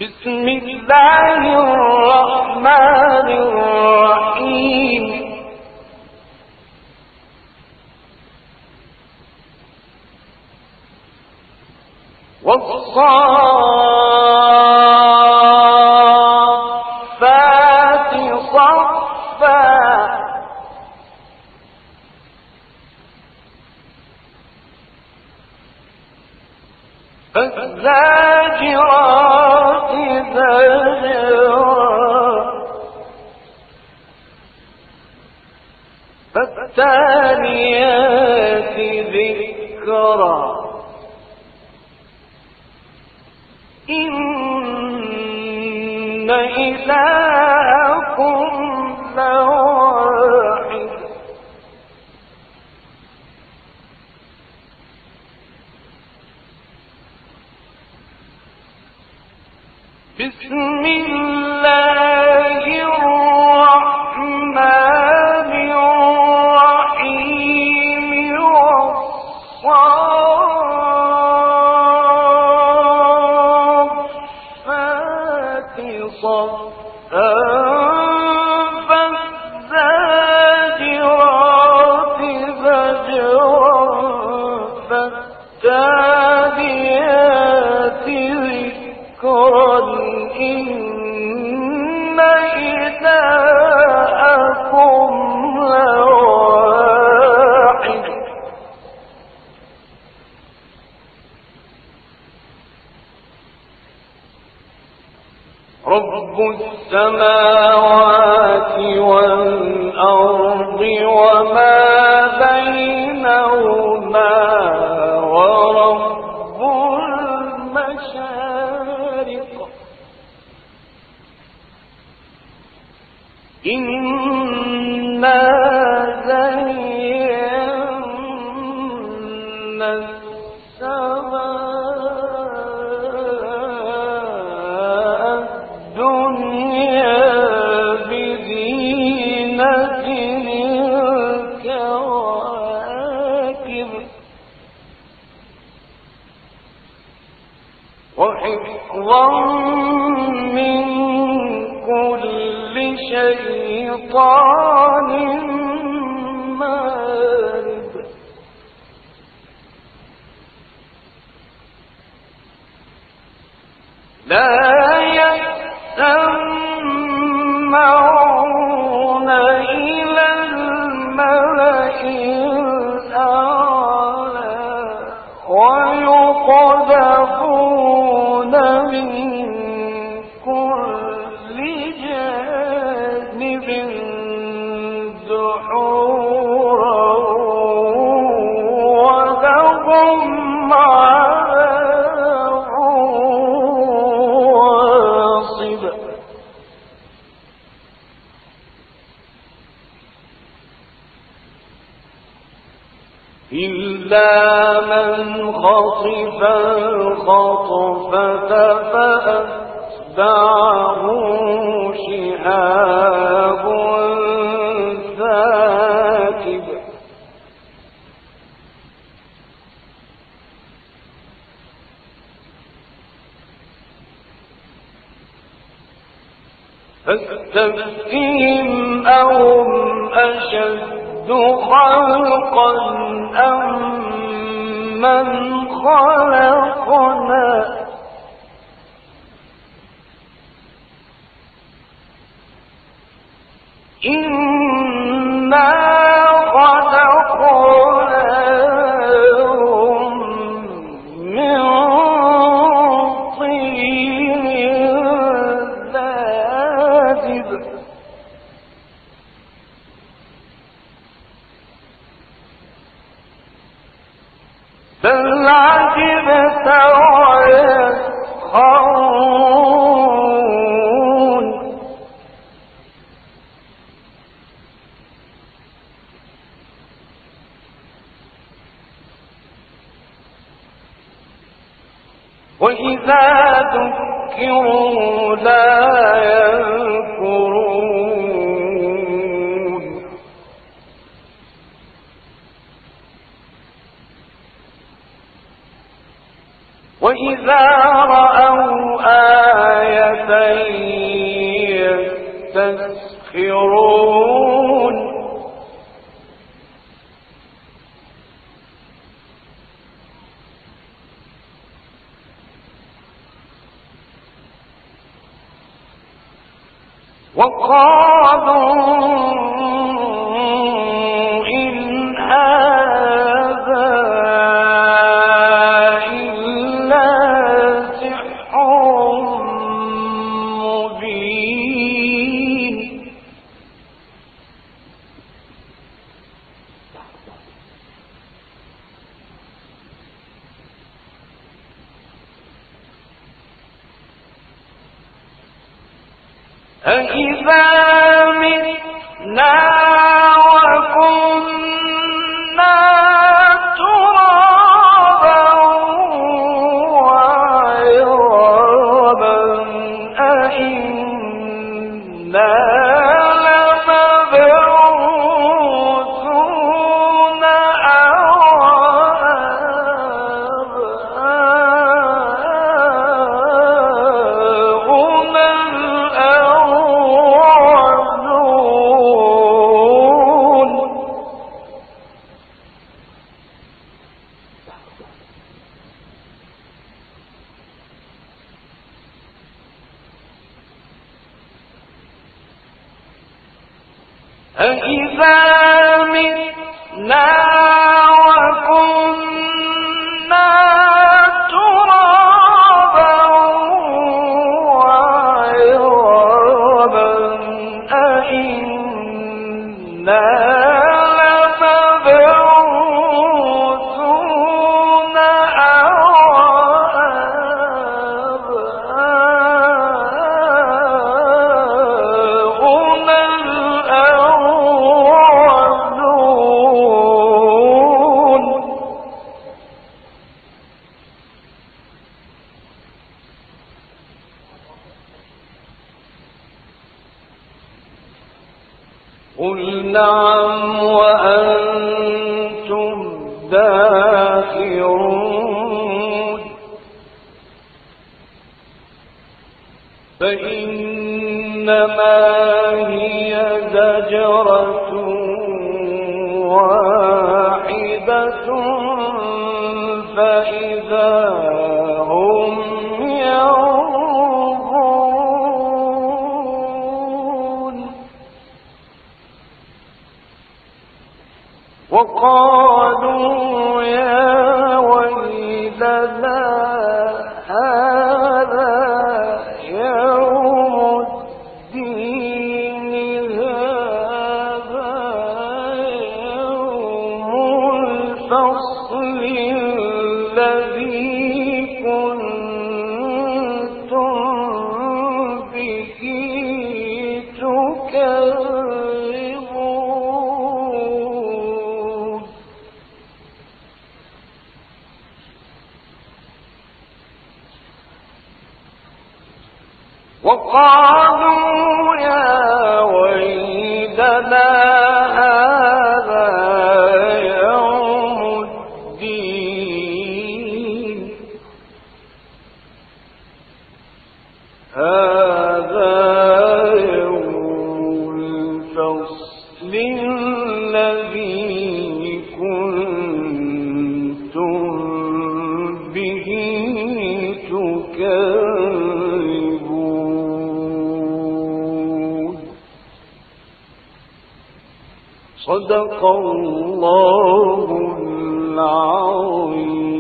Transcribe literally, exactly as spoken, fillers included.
بسم الله الرحمن الرحيم والصافات صفا فالزاجرات زجرا فالتاليات ذكرا إن إلهكم لواحد بسم الله الرحمن الرحيم والصافات صفا فالزاجرات زجرا فالتاليات ذكرا إن إلهكم لواحد رب السماوات والأرض وما بينهما ورب المشارق إنا زينا السماء الدنيا بزينة الكواكب وحفظا من كل شيطان مارد لا يسمعون إلى الملأ الأعلى ويقذفون من كل جانب دحورا ولهم عذاب واصب إلا من خطف الخطفة فأتبعه شهاب ثاقب فاستفتهم أهم أشد خلقا أم من خلقنا إنا خلقناهم من طين لازب بل عجبت ويسخرون وإذا ذكروا لا يذكرون وإذا رأوا آية يستكبرون وقالوا إن هذا إلا سحر مبين أإذا متنا وكنا ترابا وعظاما أإنا لمبعوثون أو آباؤنا الأولون أإذا متنا وكنا ترابا وعظاما أإنا لمبعوثون أو آباؤنا الأولون قل نعم وأنتم داخرون فإنما هي زجرة واحدة فإذا هم ينظرون وقالوا يا ويلنا هذا يوم الدين هذا يوم الفصل الذي كنتم به تكذبون وقالوا يا ويلنا هذا يوم الدين هذا يوم الفصل الذي كنتم به تكذبون صدق الله العظيم.